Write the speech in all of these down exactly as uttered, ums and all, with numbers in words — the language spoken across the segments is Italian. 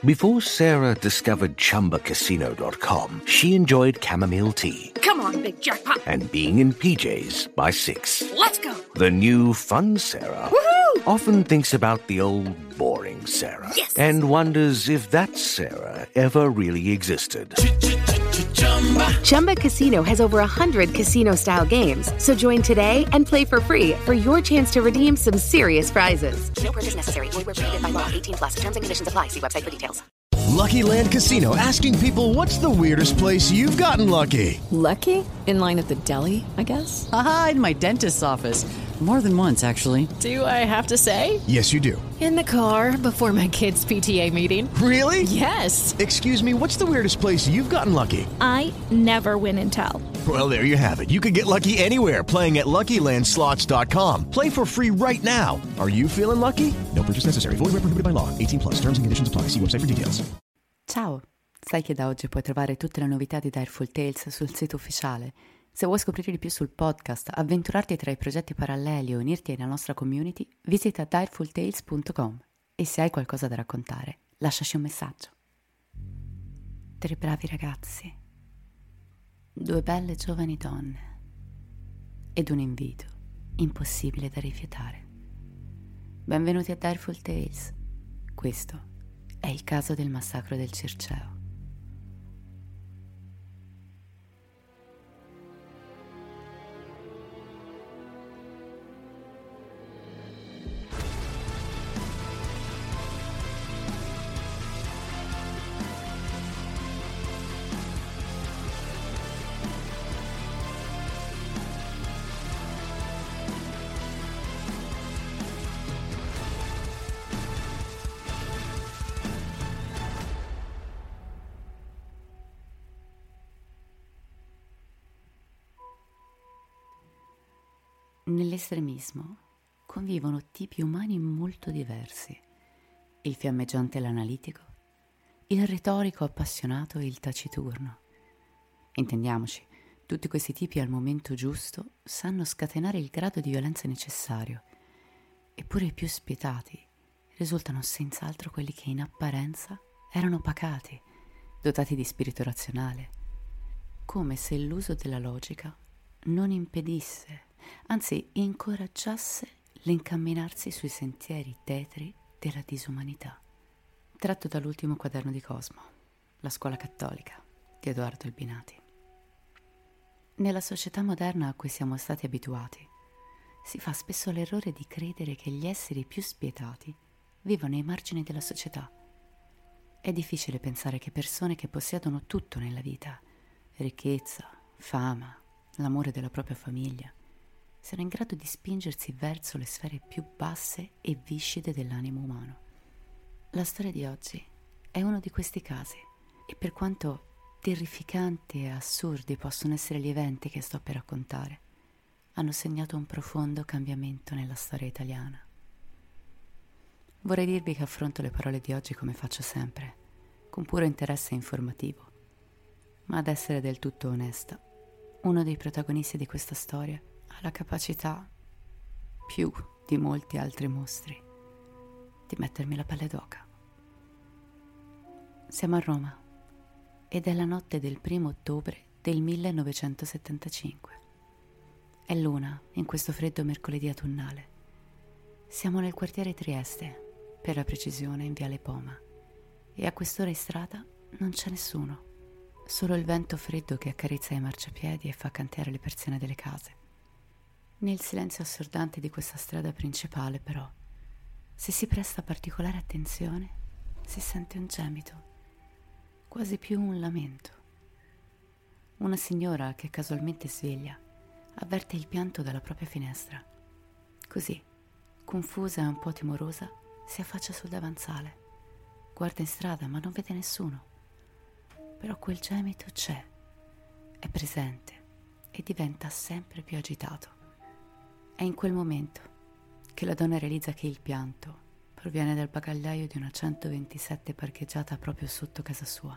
Before Sarah discovered Chumba Casino dot com, she enjoyed chamomile tea. Come on, big jackpot. And being in P Js by six. Let's go. The new fun Sarah Woohoo! often thinks about the old boring Sarah. Yes. And wonders if that Sarah ever really existed. Chumba Casino has over one hundred casino-style games. So join today and play for free for your chance to redeem some serious prizes. No purchase necessary. Void where prohibited by law. eighteen plus. Terms and conditions apply. See website for details. Lucky Land Casino, asking people, what's the weirdest place you've gotten lucky? Lucky? In line at the deli, I guess? Aha, in my dentist's office. More than once, actually. Do I have to say? Yes, you do. In the car before my kids' P T A meeting. Really? Yes. Excuse me, what's the weirdest place you've gotten lucky? I never win and tell. Well, there you have it. You can get lucky anywhere, playing at Lucky Land Slots dot com. Play for free right now. Are you feeling lucky? No purchase necessary. Void where prohibited by law. eighteen plus. Terms and conditions apply. See website for details. Ciao, sai che da oggi puoi trovare tutte le novità di Direful Tales sul sito ufficiale? Se vuoi scoprire di più sul podcast, avventurarti tra i progetti paralleli o unirti alla nostra community, visita direful tales punto com e se hai qualcosa da raccontare, lasciaci un messaggio. Tre bravi ragazzi, due belle giovani donne ed un invito impossibile da rifiutare. Benvenuti a Direful Tales. Questo è il caso del massacro del Circeo. Nell'estremismo convivono tipi umani molto diversi: il fiammeggiante e l'analitico, il retorico appassionato e il taciturno. Intendiamoci, tutti questi tipi al momento giusto sanno scatenare il grado di violenza necessario, eppure i più spietati risultano senz'altro quelli che in apparenza erano pacati, dotati di spirito razionale, come se l'uso della logica non impedisse, anzi incoraggiasse l'incamminarsi sui sentieri tetri della disumanità. Tratto dall'ultimo quaderno di Cosmo, La scuola cattolica, di Edoardo Albinati. Nella società moderna a cui siamo stati abituati, si fa spesso l'errore di credere che gli esseri più spietati vivono ai margini della società. È difficile pensare che persone che possiedono tutto nella vita, ricchezza, fama, l'amore della propria famiglia, siano in grado di spingersi verso le sfere più basse e viscide dell'animo umano. La storia di oggi è uno di questi casi, e per quanto terrificanti e assurdi possono essere gli eventi che sto per raccontare, hanno segnato un profondo cambiamento nella storia italiana. Vorrei dirvi che affronto le parole di oggi come faccio sempre, con puro interesse informativo, ma ad essere del tutto onesta, uno dei protagonisti di questa storia ha la capacità, più di molti altri mostri, di mettermi la pelle d'oca. Siamo a Roma ed è la notte del primo ottobre del millenovecentosettantacinque. È l'una in questo freddo mercoledì autunnale. Siamo nel quartiere Trieste, per la precisione in Viale Poma, e a quest'ora in strada non c'è nessuno, solo il vento freddo che accarezza i marciapiedi e fa cantare le persiane delle case. Nel silenzio assordante di questa strada principale, però, se si presta particolare attenzione, si sente un gemito, quasi più un lamento. Una signora che casualmente sveglia avverte il pianto dalla propria finestra. Così, confusa e un po' timorosa, si affaccia sul davanzale. Guarda in strada, ma non vede nessuno. Però quel gemito c'è, è presente e diventa sempre più agitato. È in quel momento che la donna realizza che il pianto proviene dal bagagliaio di una centoventisette parcheggiata proprio sotto casa sua.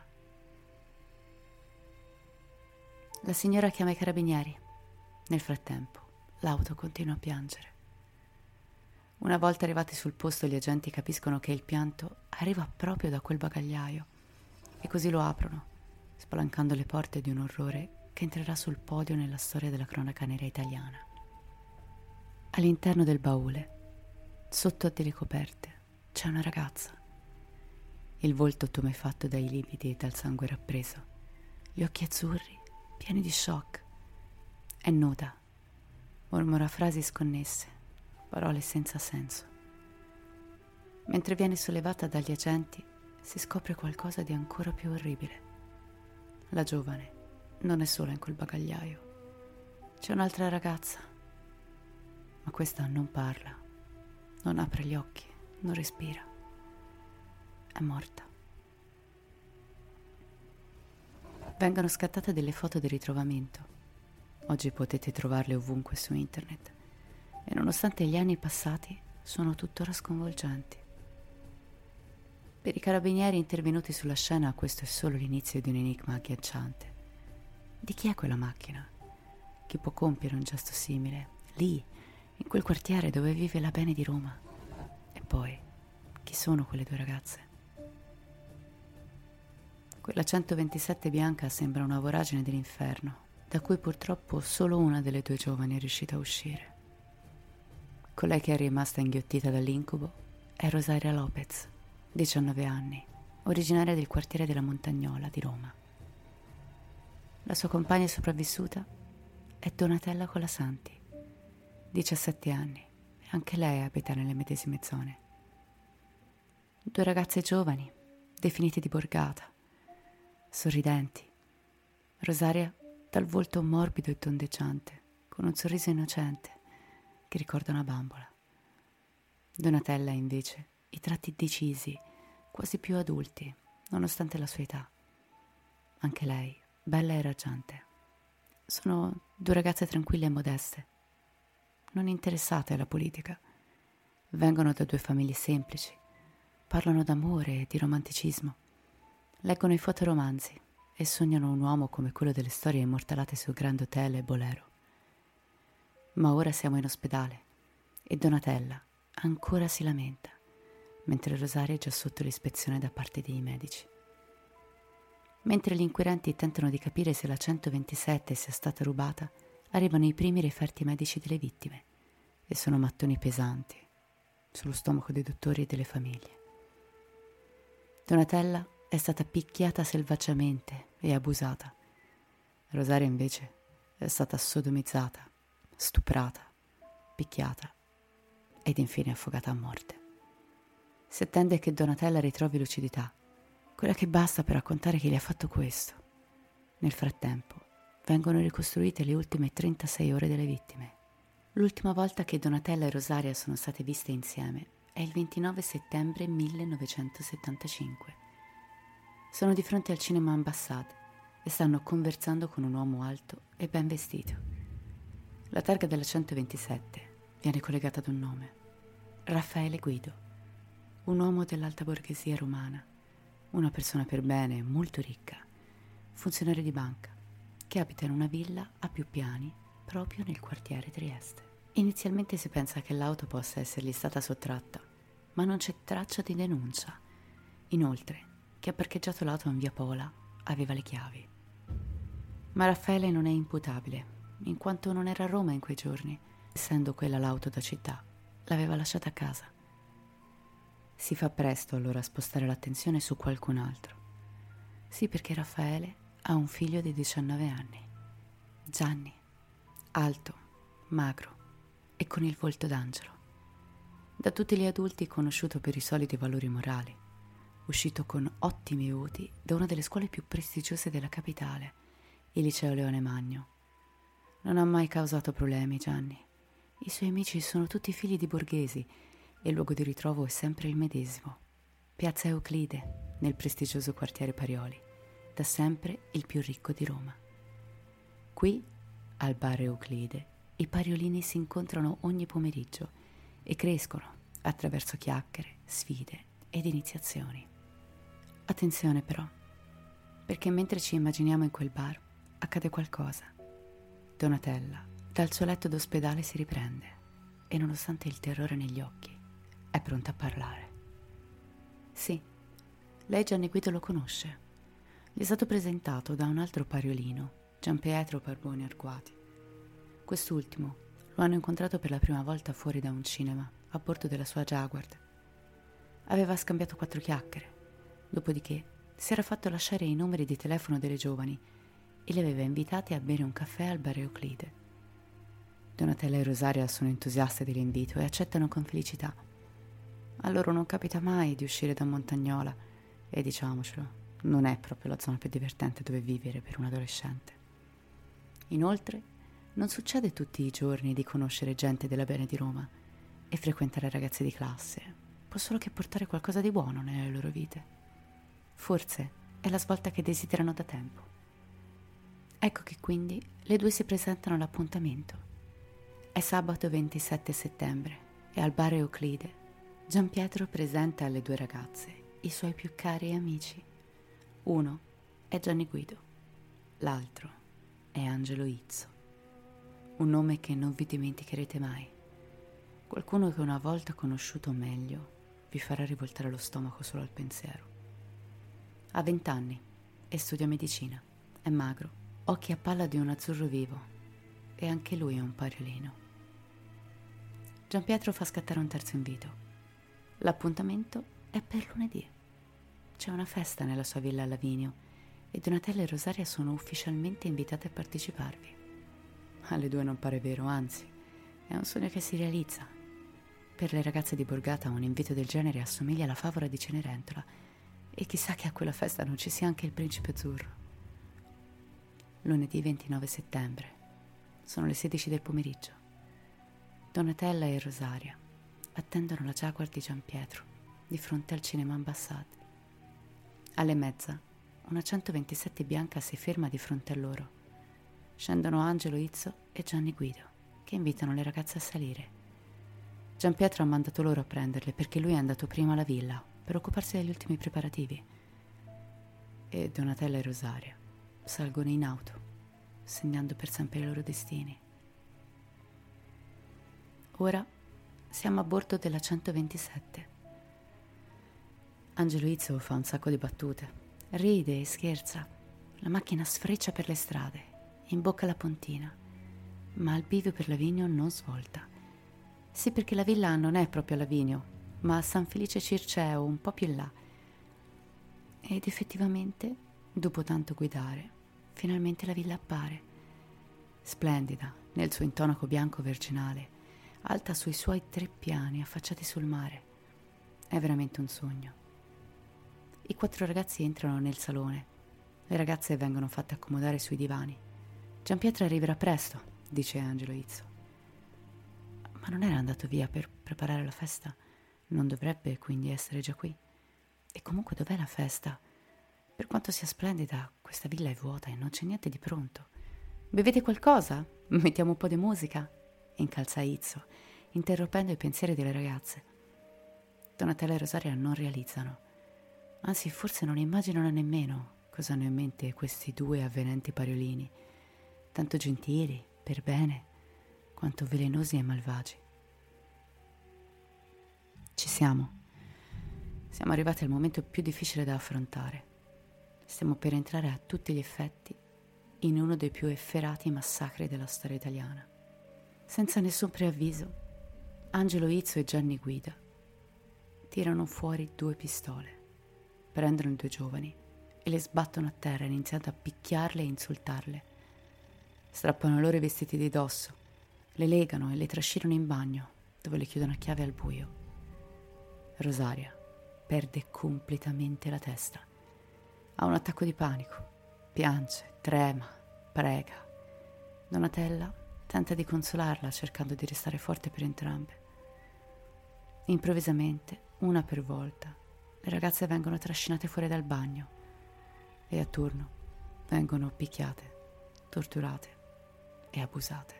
La signora chiama i carabinieri. Nel frattempo, l'auto continua a piangere. Una volta arrivati sul posto, gli agenti capiscono che il pianto arriva proprio da quel bagagliaio e così lo aprono, spalancando le porte di un orrore che entrerà sul podio nella storia della cronaca nera italiana. All'interno del baule, sotto a delle coperte, c'è una ragazza. Il volto tumefatto dai lividi e dal sangue rappreso, gli occhi azzurri, pieni di shock. È nuda, mormora frasi sconnesse, parole senza senso. Mentre viene sollevata dagli agenti, si scopre qualcosa di ancora più orribile. La giovane non è sola in quel bagagliaio. C'è un'altra ragazza, ma questa non parla, non apre gli occhi, non respira. È morta. Vengono scattate delle foto di ritrovamento. Oggi potete trovarle ovunque su internet e nonostante gli anni passati sono tuttora sconvolgenti. Per i carabinieri intervenuti sulla scena questo è solo l'inizio di un enigma agghiacciante. Di chi è quella macchina? Chi può compiere un gesto simile, lì, in quel quartiere dove vive la bene di Roma? E poi, chi sono quelle due ragazze? Quella centoventisette bianca sembra una voragine dell'inferno, da cui purtroppo solo una delle due giovani è riuscita a uscire. Colei che è rimasta inghiottita dall'incubo è Rosaria Lopez, diciannove anni, originaria del quartiere della Montagnola di Roma. La sua compagna sopravvissuta è Donatella Colasanti, diciassette anni, e anche lei abita nelle medesime zone. Due ragazze giovani, definite di borgata, sorridenti. Rosaria dal volto morbido e tondeggiante, con un sorriso innocente che ricorda una bambola. Donatella invece i tratti decisi, quasi più adulti, nonostante la sua età. Anche lei, bella e raggiante. Sono due ragazze tranquille e modeste, non interessate alla politica. Vengono da due famiglie semplici, parlano d'amore e di romanticismo, leggono i fotoromanzi e sognano un uomo come quello delle storie immortalate su Grand Hotel e Bolero. Ma ora siamo in ospedale e Donatella ancora si lamenta, mentre Rosaria è già sotto l'ispezione da parte dei medici. Mentre gli inquirenti tentano di capire se la centoventisette sia stata rubata, arrivano i primi referti medici delle vittime e sono mattoni pesanti sullo stomaco dei dottori e delle famiglie. Donatella è stata picchiata selvaggiamente e abusata. Rosaria invece è stata sodomizzata, stuprata, picchiata ed infine affogata a morte. Si attende che Donatella ritrovi lucidità, quella che basta per raccontare chi le ha fatto questo. Nel frattempo vengono ricostruite le ultime trentasei ore delle vittime. L'ultima volta che Donatella e Rosaria sono state viste insieme è il ventinove settembre millenovecentosettantacinque. Sono di fronte al cinema Ambassade e stanno conversando con un uomo alto e ben vestito. La targa della centoventisette viene collegata ad un nome: Raffaele Guido, un uomo dell'alta borghesia romana, una persona per bene, molto ricca, funzionario di banca, che abita in una villa a più piani proprio nel quartiere Trieste. Inizialmente si pensa che l'auto possa essergli stata sottratta, ma non c'è traccia di denuncia. Inoltre, chi ha parcheggiato l'auto in via Pola aveva le chiavi. Ma Raffaele non è imputabile, in quanto non era a Roma in quei giorni, essendo quella l'auto da città, l'aveva lasciata a casa. Si fa presto allora a spostare l'attenzione su qualcun altro. Sì, perché Raffaele ha un figlio di diciannove anni, Gianni, alto, magro e con il volto d'angelo. Da tutti gli adulti conosciuto per i soliti valori morali, uscito con ottimi voti da una delle scuole più prestigiose della capitale, il Liceo Leone Magno. Non ha mai causato problemi Gianni. I suoi amici sono tutti figli di borghesi e il luogo di ritrovo è sempre il medesimo: Piazza Euclide, nel prestigioso quartiere Parioli, da sempre il più ricco di Roma. Qui, al bar Euclide, i pariolini si incontrano ogni pomeriggio e crescono attraverso chiacchiere, sfide ed iniziazioni. Attenzione però, perché mentre ci immaginiamo in quel bar, accade qualcosa. Donatella dal suo letto d'ospedale si riprende e nonostante il terrore negli occhi, è pronta a parlare. Sì, lei Gianni Guido lo conosce. Gli è stato presentato da un altro pariolino, Gianpietro Barboni Arquati. Quest'ultimo lo hanno incontrato per la prima volta fuori da un cinema, a bordo della sua Jaguar. Aveva scambiato quattro chiacchiere, dopodiché si era fatto lasciare i numeri di telefono delle giovani e le aveva invitate a bere un caffè al bar Euclide. Donatella e Rosaria sono entusiaste dell'invito e accettano con felicità. A loro non capita mai di uscire da Montagnola e, diciamocelo, non è proprio la zona più divertente dove vivere per un adolescente. Inoltre, non succede tutti i giorni di conoscere gente della bene di Roma e frequentare ragazze di classe può solo che portare qualcosa di buono nelle loro vite. Forse è la svolta che desiderano da tempo. Ecco che quindi le due si presentano all'appuntamento. È sabato ventisette settembre e al bar Euclide Gianpietro presenta alle due ragazze i suoi più cari amici. Uno è Gianni Guido, l'altro è Angelo Izzo. Un nome che non vi dimenticherete mai. Qualcuno che una volta conosciuto meglio vi farà rivoltare lo stomaco solo al pensiero. Ha vent'anni e studia medicina. È magro, occhi a palla di un azzurro vivo e anche lui è un pariolino. Gianpietro fa scattare un terzo invito. L'appuntamento è per lunedì. C'è una festa nella sua villa a Lavinio e Donatella e Rosaria sono ufficialmente invitate a parteciparvi. Alle due non pare vero, anzi, è un sogno che si realizza. Per le ragazze di Borgata un invito del genere assomiglia alla favola di Cenerentola e chissà che a quella festa non ci sia anche il principe azzurro. Lunedì ventinove settembre. Sono le sedici del pomeriggio. Donatella e Rosaria attendono la Jaguar di Gianpietro di fronte al cinema Ambassade. Alle mezza, una centoventisette bianca si ferma di fronte a loro. Scendono Angelo Izzo e Gianni Guido, che invitano le ragazze a salire. Gianpietro ha mandato loro a prenderle perché lui è andato prima alla villa per occuparsi degli ultimi preparativi. E Donatella e Rosaria salgono in auto, segnando per sempre i loro destini. Ora siamo a bordo della centoventisette. Angelo Izzo fa un sacco di battute, ride e scherza. La macchina sfreccia per le strade, imbocca la pontina, ma al bivio per Lavinio non svolta. Sì, perché la villa non è proprio a Lavinio, ma a San Felice Circeo, un po' più in là. Ed effettivamente, dopo tanto guidare, finalmente la villa appare. Splendida, nel suo intonaco bianco virginale, alta sui suoi tre piani affacciati sul mare. È veramente un sogno. I quattro ragazzi entrano nel salone. Le ragazze vengono fatte accomodare sui divani. Gianpietro arriverà presto, dice Angelo Izzo. Ma non era andato via per preparare la festa? Non dovrebbe quindi essere già qui? E comunque dov'è la festa? Per quanto sia splendida, questa villa è vuota e non c'è niente di pronto. Bevete qualcosa? Mettiamo un po' di musica? Incalza Izzo, interrompendo i pensieri delle ragazze. Donatella e Rosaria non realizzano, anzi forse non immaginano nemmeno cosa hanno in mente questi due avvenenti pariolini, tanto gentili, per bene, quanto velenosi e malvagi. Ci siamo. Siamo arrivati al momento più difficile da affrontare. Stiamo per entrare a tutti gli effetti in uno dei più efferati massacri della storia italiana. Senza nessun preavviso, Angelo Izzo e Gianni Guido tirano fuori due pistole, prendono i due giovani e le sbattono a terra iniziando a picchiarle e insultarle. Strappano loro i vestiti di dosso, le legano e le trascinano in bagno, dove le chiudono a chiave al buio. Rosaria perde completamente la testa. Ha un attacco di panico, piange, trema, prega. Donatella tenta di consolarla cercando di restare forte per entrambe. Improvvisamente, una per volta, le ragazze vengono trascinate fuori dal bagno e a turno vengono picchiate, torturate e abusate.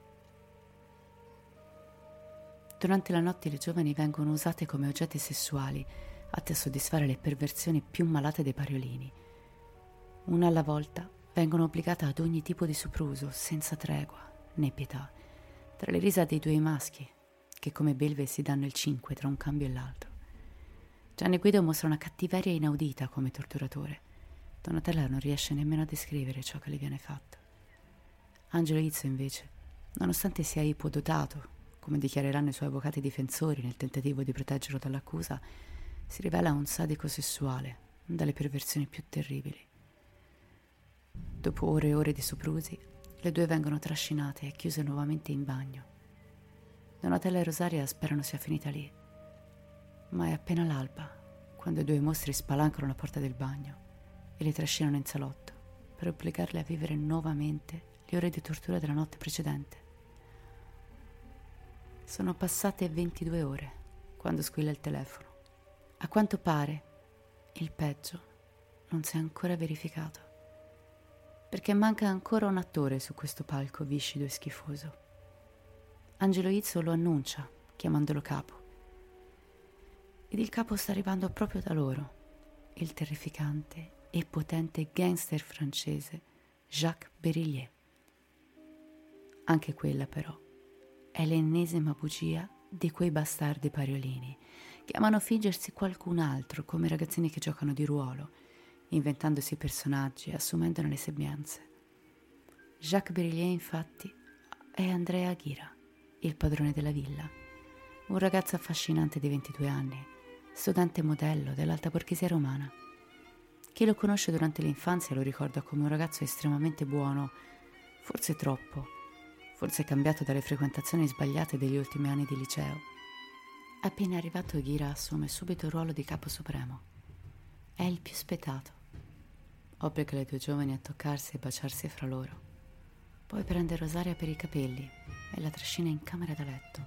Durante la notte le giovani vengono usate come oggetti sessuali atti a soddisfare le perversioni più malate dei pariolini. Una alla volta vengono obbligate ad ogni tipo di sopruso senza tregua né pietà, tra le risa dei due maschi che come belve si danno il cinque tra un cambio e l'altro. Gianni Guido mostra una cattiveria inaudita come torturatore. Donatella non riesce nemmeno a descrivere ciò che le viene fatto. Angelo Izzo, invece, nonostante sia ipodotato, come dichiareranno i suoi avvocati difensori nel tentativo di proteggerlo dall'accusa, si rivela un sadico sessuale dalle perversioni più terribili. Dopo ore e ore di soprusi, le due vengono trascinate e chiuse nuovamente in bagno. Donatella e Rosaria sperano sia finita lì, ma è appena l'alba quando i due mostri spalancano la porta del bagno e le trascinano in salotto per obbligarle a vivere nuovamente le ore di tortura della notte precedente. Sono passate ventidue ore quando squilla il telefono. A quanto pare, il peggio non si è ancora verificato, perché manca ancora un attore su questo palco viscido e schifoso. Angelo Izzo lo annuncia, chiamandolo capo. Ed il capo sta arrivando proprio da loro, il terrificante e potente gangster francese Jacques Berillier. Anche quella, però, è l'ennesima bugia di quei bastardi pariolini che amano fingersi qualcun altro come ragazzini che giocano di ruolo, inventandosi personaggi e assumendone le sembianze. Jacques Berillier, infatti, è Andrea Ghira, il padrone della villa, un ragazzo affascinante di ventidue anni, studente modello dell'alta borghesia romana. Chi lo conosce durante l'infanzia lo ricorda come un ragazzo estremamente buono, forse troppo, forse cambiato dalle frequentazioni sbagliate degli ultimi anni di liceo. Appena arrivato, Ghira assume subito il ruolo di capo supremo. È il più spetato. Obbliga le due giovani a toccarsi e baciarsi fra loro. Poi prende Rosaria per i capelli e la trascina in camera da letto.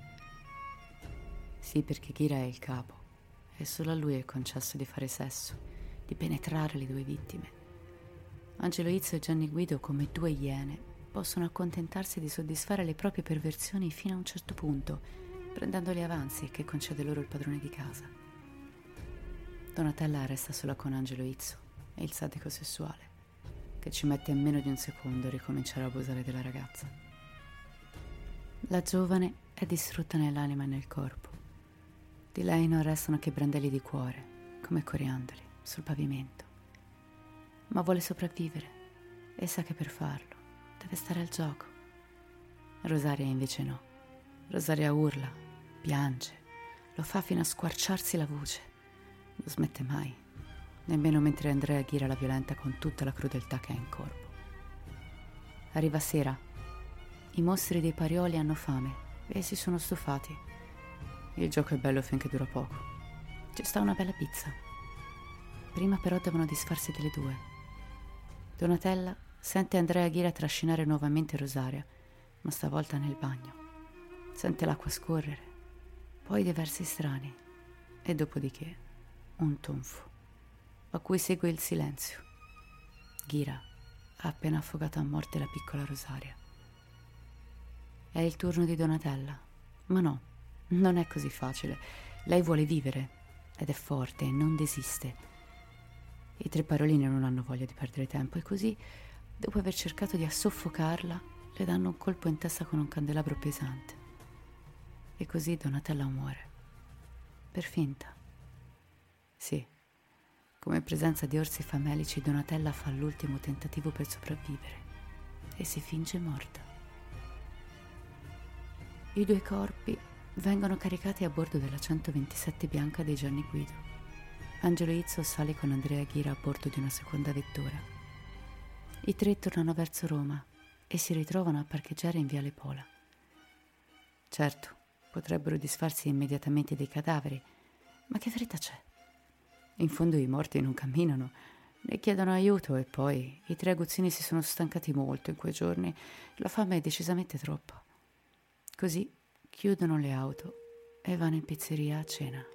Sì, perché Ghira è il capo e solo a lui è concesso di fare sesso, di penetrare le due vittime. Angelo Izzo e Gianni Guido, come due iene, possono accontentarsi di soddisfare le proprie perversioni fino a un certo punto, prendendo gli avanzi che concede loro il padrone di casa. Donatella resta sola con Angelo Izzo e il sadico sessuale, che ci mette meno di un secondo a ricominciare a abusare della ragazza. La giovane è distrutta nell'anima e nel corpo. Di lei non restano che brandelli di cuore, come coriandoli, sul pavimento. Ma vuole sopravvivere e sa che per farlo deve stare al gioco. Rosaria invece no. Rosaria urla, piange, lo fa fino a squarciarsi la voce. Non smette mai, nemmeno mentre Andrea Ghira la violenta con tutta la crudeltà che ha in corpo. Arriva sera. I mostri dei Parioli hanno fame e si sono stufati. Il gioco è bello finché dura poco. Ci sta una bella pizza. Prima però devono disfarsi delle due. Donatella sente Andrea Ghira trascinare nuovamente Rosaria, ma stavolta nel bagno. Sente l'acqua scorrere, poi dei versi strani e dopodiché un tonfo, a cui segue il silenzio. Ghira ha appena affogato a morte la piccola Rosaria. È il turno di Donatella, ma no, non è così facile. Lei vuole vivere ed è forte e non desiste. I tre Pariolini non hanno voglia di perdere tempo e così, dopo aver cercato di soffocarla, le danno un colpo in testa con un candelabro pesante. E così Donatella muore. Per finta. Sì, come presenza di orsi famelici, Donatella fa l'ultimo tentativo per sopravvivere e si finge morta. I due corpi vengono caricati a bordo della centoventisette bianca dei Gianni Guido. Angelo Izzo sale con Andrea Ghira a bordo di una seconda vettura. I tre tornano verso Roma e si ritrovano a parcheggiare in Viale Pola. Certo, potrebbero disfarsi immediatamente dei cadaveri, ma che fretta c'è? In fondo i morti non camminano, ne chiedono aiuto e poi i tre aguzzini si sono stancati molto in quei giorni, la fame è decisamente troppa. Così chiudono le auto e vanno in pizzeria a cena.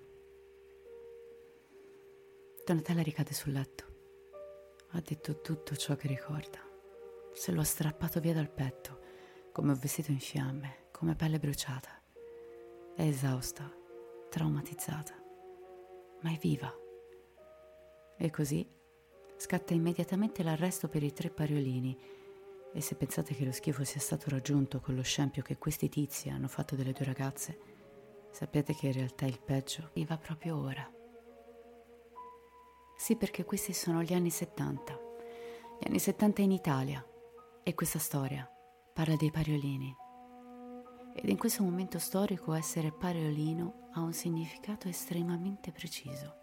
Donatella ricade sul letto. Ha detto tutto ciò che ricorda. Se lo ha strappato via dal petto, come un vestito in fiamme, come pelle bruciata. È esausta, traumatizzata, ma è viva. E così scatta immediatamente l'arresto per i tre Pariolini E se pensate che lo schifo sia stato raggiunto con lo scempio che questi tizi hanno fatto delle due ragazze, sappiate che in realtà il peggio arriva proprio ora. Sì, perché questi sono gli anni settanta. Gli anni settanta in Italia. E questa storia parla dei pariolini. Ed in questo momento storico essere pariolino ha un significato estremamente preciso.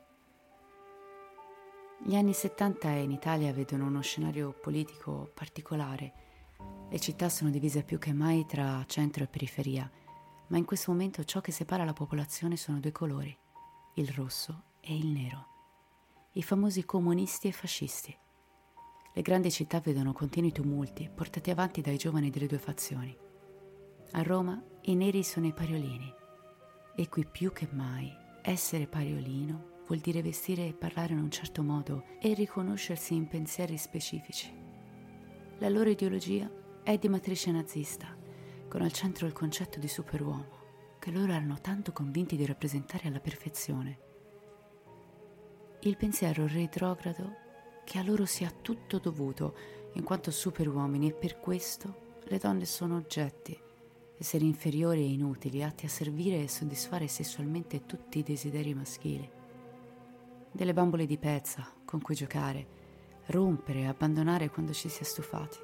Gli anni settanta in Italia vedono uno scenario politico particolare. Le città sono divise più che mai tra centro e periferia, ma in questo momento ciò che separa la popolazione sono due colori, il rosso e il nero, i famosi comunisti e fascisti. Le grandi città vedono continui tumulti portati avanti dai giovani delle due fazioni. A Roma i neri sono i pariolini, e qui più che mai essere pariolino vuol dire vestire e parlare in un certo modo e riconoscersi in pensieri specifici. La loro ideologia è di matrice nazista, con al centro il concetto di superuomo, che loro erano tanto convinti di rappresentare alla perfezione. Il pensiero retrogrado che a loro sia tutto dovuto, in quanto superuomini, e per questo le donne sono oggetti, esseri inferiori e inutili, atti a servire e soddisfare sessualmente tutti i desideri maschili. Delle bambole di pezza con cui giocare, rompere e abbandonare quando ci si è stufati.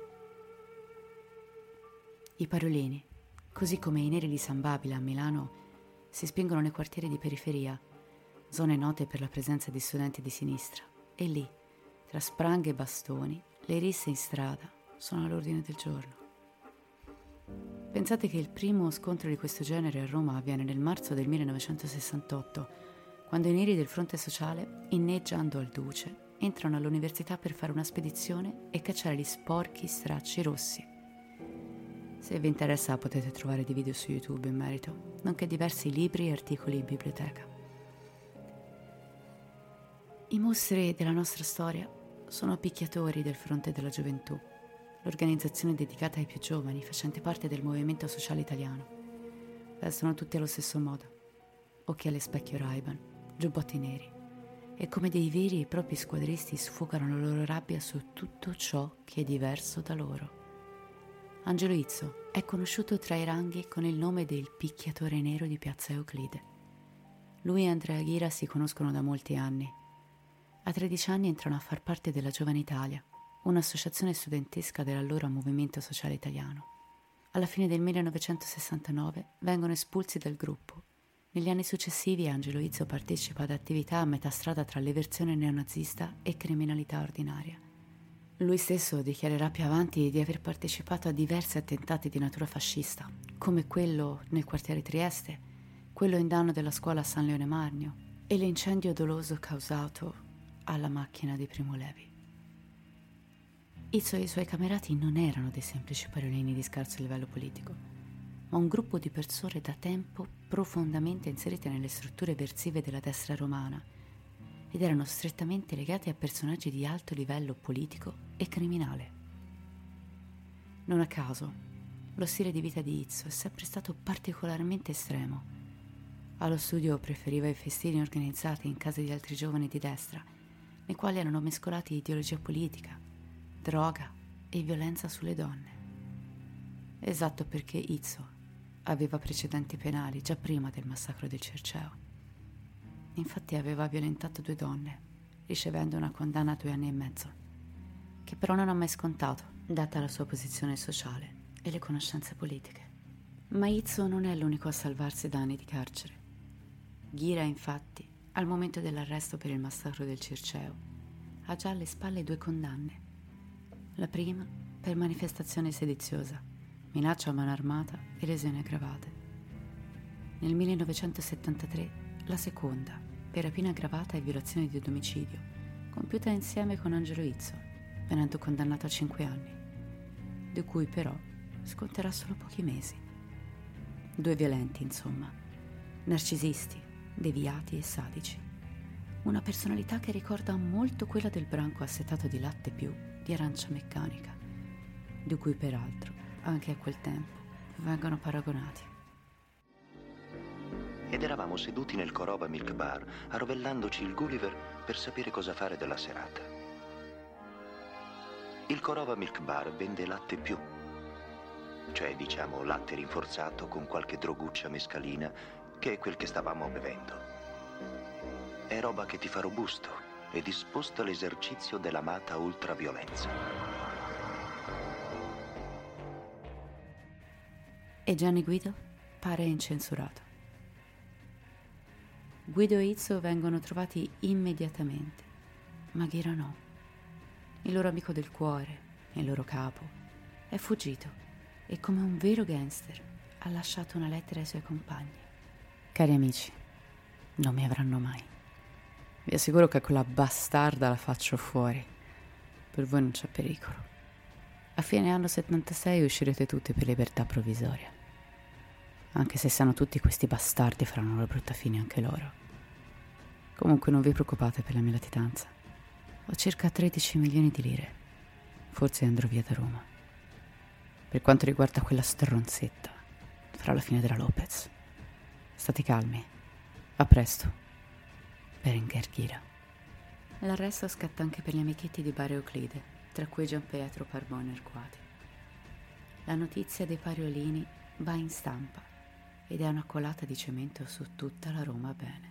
I pariolini, così come i neri di San Babila a Milano, si spingono nei quartieri di periferia, zone note per la presenza di studenti di sinistra, e lì, tra spranghe e bastoni, le risse in strada sono all'ordine del giorno. Pensate che il primo scontro di questo genere a Roma avviene nel marzo del millenovecentosessantotto, quando i neri del fronte sociale, inneggiando al duce, entrano all'università per fare una spedizione e cacciare gli sporchi stracci rossi. Se vi interessa potete trovare dei video su YouTube in merito, nonché diversi libri e articoli in biblioteca. I mostri della nostra storia sono picchiatori del Fronte della Gioventù, l'organizzazione dedicata ai più giovani facente parte del movimento sociale italiano. Vestono tutti allo stesso modo, occhi alle specchio Ray-Ban, giubbotti neri, e come dei veri e propri squadristi sfogano la loro rabbia su tutto ciò che è diverso da loro. Angelo Izzo è conosciuto tra i ranghi con il nome del picchiatore nero di Piazza Euclide. Lui e Andrea Ghira si conoscono da molti anni. A tredici anni entrano a far parte della Giovane Italia, un'associazione studentesca dell'allora Movimento Sociale Italiano. Alla fine del millenovecentosessantanove vengono espulsi dal gruppo. Negli anni successivi Angelo Izzo partecipa ad attività a metà strada tra l'eversione neonazista e criminalità ordinaria. Lui stesso dichiarerà più avanti di aver partecipato a diversi attentati di natura fascista, come quello nel quartiere Trieste, quello in danno della scuola San Leone Magno e l'incendio doloso causato alla macchina di Primo Levi. Izzo e i suoi camerati non erano dei semplici pariolini di scarso livello politico, ma un gruppo di persone da tempo profondamente inserite nelle strutture eversive della destra romana ed erano strettamente legati a personaggi di alto livello politico e criminale. Non a caso, lo stile di vita di Izzo è sempre stato particolarmente estremo. Allo studio preferiva i festini organizzati in case di altri giovani di destra, nei quali erano mescolati ideologia politica, droga e violenza sulle donne. Esatto, perché Izzo aveva precedenti penali già prima del massacro del Circeo. Infatti aveva violentato due donne, ricevendo una condanna a due anni e mezzo, che però non ha mai scontato, data la sua posizione sociale e le conoscenze politiche. Ma Izzo non è l'unico a salvarsi da anni di carcere. Ghira, infatti, al momento dell'arresto per il massacro del Circeo, ha già alle spalle due condanne. La prima per manifestazione sediziosa, minaccia a mano armata e lesioni aggravate. Nel millenovecentosettantatré la seconda per rapina aggravata e violazione di domicilio, compiuta insieme con Angelo Izzo, venendo condannato a cinque anni, di cui però sconterà solo pochi mesi. Due violenti, insomma, narcisisti, deviati e sadici. Una personalità che ricorda molto quella del branco assetato di latte più di Arancia Meccanica, di cui peraltro anche a quel tempo vengono paragonati. Ed eravamo seduti nel Coroba Milk Bar, arrovellandoci il Gulliver per sapere cosa fare della serata. Il Korova Milk Bar vende latte più, cioè diciamo latte rinforzato con qualche droguccia mescalina, che è quel che stavamo bevendo. È roba che ti fa robusto e disposto all'esercizio dell'amata ultraviolenza. E Gianni Guido pare incensurato. Guido e Izzo vengono trovati immediatamente, ma Ghira no. Il loro amico del cuore, il loro capo, è fuggito e come un vero gangster ha lasciato una lettera ai suoi compagni. Cari amici, non mi avranno mai. Vi assicuro che quella bastarda la faccio fuori. Per voi non c'è pericolo. A fine anno settantasei uscirete tutti per libertà provvisoria. Anche se sanno tutti questi bastardi faranno la brutta fine anche loro. Comunque non vi preoccupate per la mia latitanza. Ho circa tredici milioni di lire. Forse andrò via da Roma. Per quanto riguarda quella stronzetta, farà la fine della Lopez. State calmi. A presto. Berenguer Ghira. L'arresto scatta anche per gli amichetti di Bar Euclide, tra cui Gianpietro Parbone Arquati. La notizia dei Pariolini va in stampa ed è una colata di cemento su tutta la Roma bene.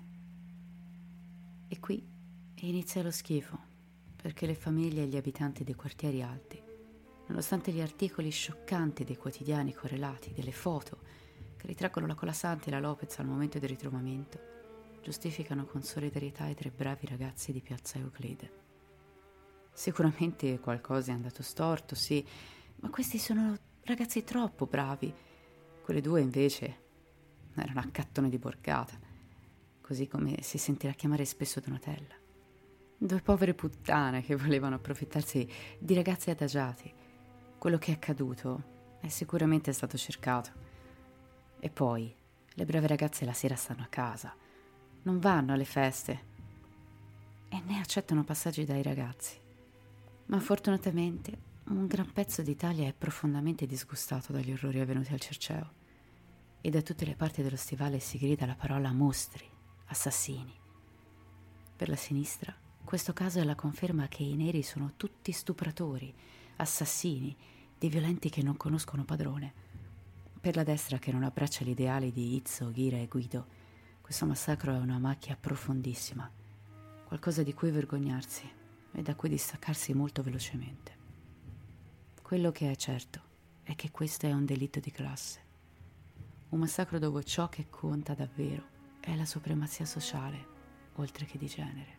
E qui inizia lo schifo, perché le famiglie e gli abitanti dei quartieri alti, nonostante gli articoli scioccanti dei quotidiani correlati, delle foto che ritraggono la Colasanti e la Lopez al momento del ritrovamento, giustificano con solidarietà i tre bravi ragazzi di Piazza Euclide. Sicuramente qualcosa è andato storto, sì, ma questi sono ragazzi troppo bravi. Quelle due invece erano accattone di borgata, così come si sentirà chiamare spesso Donatella. Due povere puttane che volevano approfittarsi di ragazzi adagiati. Quello che è accaduto è sicuramente stato cercato. E poi le brave ragazze la sera stanno a casa, non vanno alle feste e né accettano passaggi dai ragazzi. Ma fortunatamente un gran pezzo d'Italia è profondamente disgustato dagli orrori avvenuti al Cerceo e da tutte le parti dello stivale si grida la parola mostri, assassini. Per la sinistra questo caso è la conferma che i neri sono tutti stupratori, assassini, dei violenti che non conoscono padrone. Per la destra, che non abbraccia gli ideali di Izzo, Ghira e Guido, questo massacro è una macchia profondissima, qualcosa di cui vergognarsi e da cui distaccarsi molto velocemente. Quello che è certo è che questo è un delitto di classe, un massacro dove ciò che conta davvero è la supremazia sociale, oltre che di genere.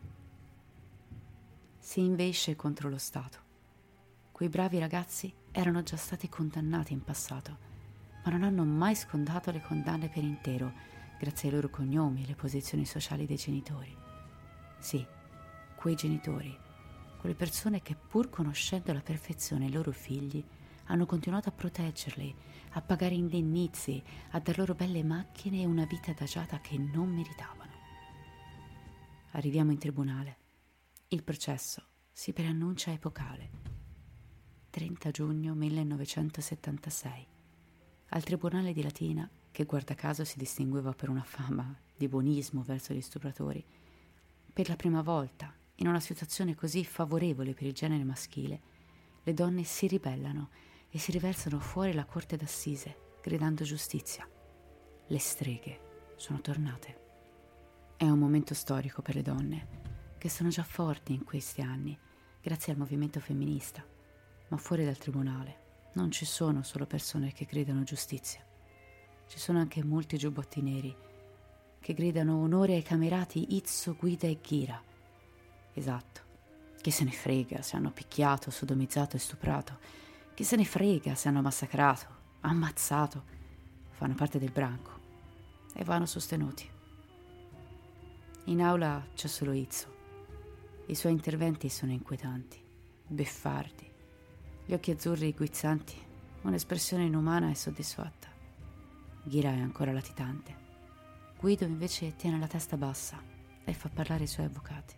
Si invesce contro lo Stato. Quei bravi ragazzi erano già stati condannati in passato, ma non hanno mai scontato le condanne per intero, grazie ai loro cognomi e alle posizioni sociali dei genitori. Sì, quei genitori, quelle persone che pur conoscendo alla perfezione i loro figli hanno continuato a proteggerli, a pagare indennizzi, a dar loro belle macchine e una vita adagiata che non meritavano. Arriviamo in tribunale. Il processo si preannuncia epocale. trenta giugno millenovecentosettantasei. Al Tribunale di Latina, che guarda caso si distingueva per una fama di buonismo verso gli stupratori, per la prima volta, in una situazione così favorevole per il genere maschile, le donne si ribellano e si riversano fuori la corte d'assise, gridando giustizia. Le streghe sono tornate. È un momento storico per le donne, che sono già forti in questi anni, grazie al movimento femminista, ma fuori dal tribunale non ci sono solo persone che gridano giustizia. Ci sono anche molti giubbotti neri che gridano onore ai camerati Izzo, Guida e Ghira. Esatto. Chi se ne frega se hanno picchiato, sodomizzato e stuprato? Chi se ne frega se hanno massacrato, ammazzato? Fanno parte del branco e vanno sostenuti. In aula c'è solo Izzo. I suoi interventi sono inquietanti, beffardi, gli occhi azzurri guizzanti, un'espressione inumana e soddisfatta. Ghira è ancora latitante. Guido invece tiene la testa bassa e fa parlare i suoi avvocati.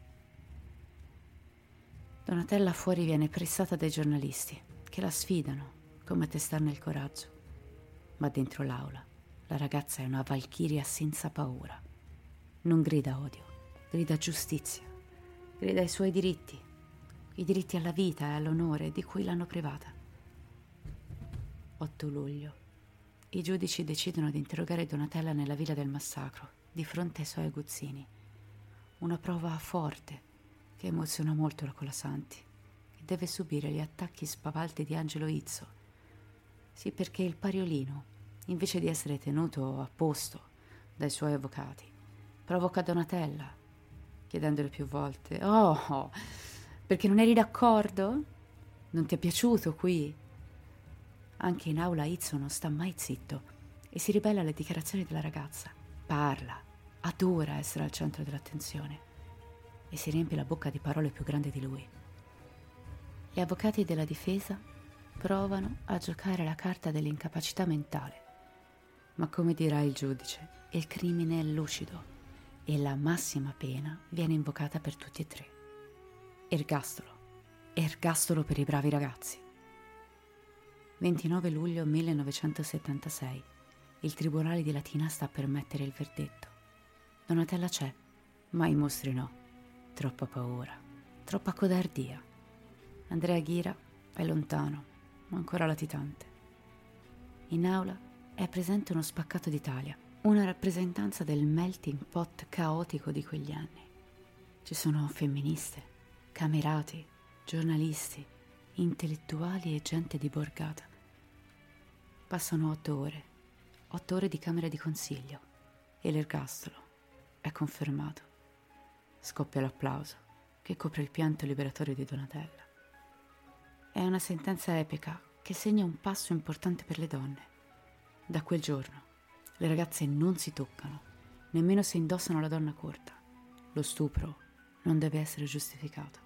Donatella fuori viene pressata dai giornalisti, che la sfidano, come a testarne il coraggio. Ma dentro l'aula, la ragazza è una valchiria senza paura. Non grida odio, grida giustizia, grida i suoi diritti. i diritti alla vita e all'onore di cui l'hanno privata. otto luglio. I giudici decidono di interrogare Donatella nella villa del massacro, di fronte ai suoi aguzzini. Una prova forte che emoziona molto la Colasanti, che deve subire gli attacchi spavaldi di Angelo Izzo. Sì, perché il pariolino, invece di essere tenuto a posto dai suoi avvocati, provoca Donatella, chiedendole più volte: «Oh, perché non eri d'accordo? Non ti è piaciuto qui?» Anche in aula Izzo non sta mai zitto e si ribella alle dichiarazioni della ragazza. Parla, adora essere al centro dell'attenzione e si riempie la bocca di parole più grandi di lui. Gli avvocati della difesa provano a giocare la carta dell'incapacità mentale, ma come dirà il giudice, il crimine è lucido e la massima pena viene invocata per tutti e tre. Ergastolo, ergastolo per i bravi ragazzi. ventinove luglio millenovecentosettantasei. Il tribunale di Latina sta per mettere il verdetto. Donatella c'è, ma i mostri no. Troppa paura, troppa codardia. Andrea Ghira è lontano, ma ancora latitante. In aula è presente uno spaccato d'Italia, una rappresentanza del melting pot caotico di quegli anni. Ci sono femministe, camerati, giornalisti, intellettuali e gente di borgata. Passano otto ore, otto ore di camera di consiglio e l'ergastolo è confermato. Scoppia l'applauso che copre il pianto liberatorio di Donatella. È una sentenza epica che segna un passo importante per le donne. Da quel giorno le ragazze non si toccano, nemmeno se indossano la donna corta. Lo stupro non deve essere giustificato.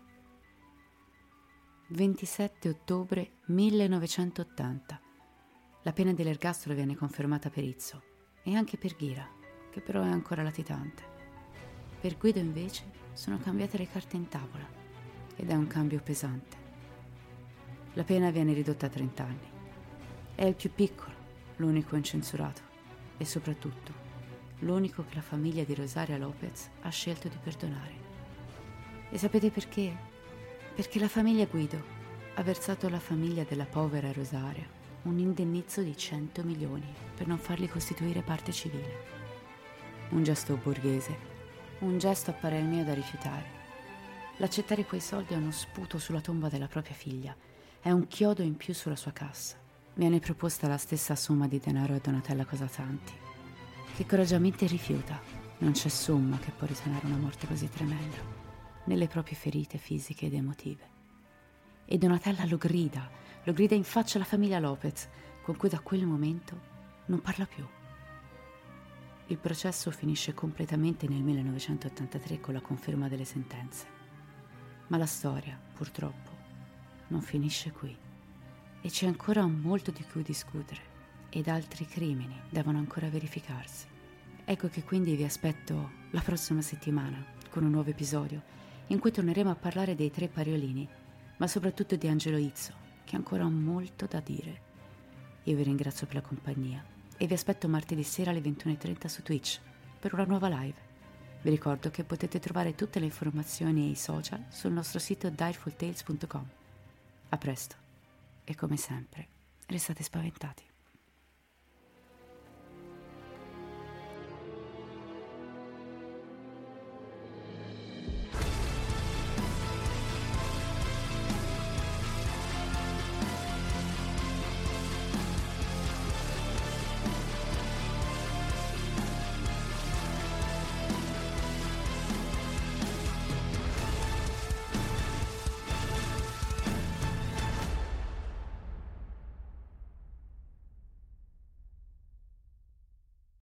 ventisette ottobre millenovecentottanta. La pena dell'ergastolo viene confermata per Izzo e anche per Ghira, che però è ancora latitante. Per Guido invece sono cambiate le carte in tavola ed è un cambio pesante. La pena viene ridotta a trenta anni. È il più piccolo, l'unico incensurato e soprattutto l'unico che la famiglia di Rosaria Lopez ha scelto di perdonare. E sapete perché? Perché la famiglia Guido ha versato alla famiglia della povera Rosaria un indennizzo di cento milioni per non farli costituire parte civile. Un gesto borghese, un gesto a parer mio da rifiutare. L'accettare quei soldi è uno sputo sulla tomba della propria figlia, è un chiodo in più sulla sua cassa. Viene proposta la stessa somma di denaro a Donatella Colasanti, che coraggiosamente rifiuta. Non c'è somma che può risanare una morte così tremenda nelle proprie ferite fisiche ed emotive. E Donatella lo grida, lo grida in faccia alla famiglia Lopez, con cui da quel momento non parla più. Il processo finisce completamente nel millenovecentottantatré con la conferma delle sentenze. Ma la storia, purtroppo, non finisce qui. E c'è ancora molto di cui discutere, ed altri crimini devono ancora verificarsi. Ecco che quindi vi aspetto la prossima settimana con un nuovo episodio in cui torneremo a parlare dei tre pariolini, ma soprattutto di Angelo Izzo, che ha ancora molto da dire. Io vi ringrazio per la compagnia e vi aspetto martedì sera alle ventuno e trenta su Twitch per una nuova live. Vi ricordo che potete trovare tutte le informazioni e i social sul nostro sito direful tales punto com. A presto e come sempre, restate spaventati.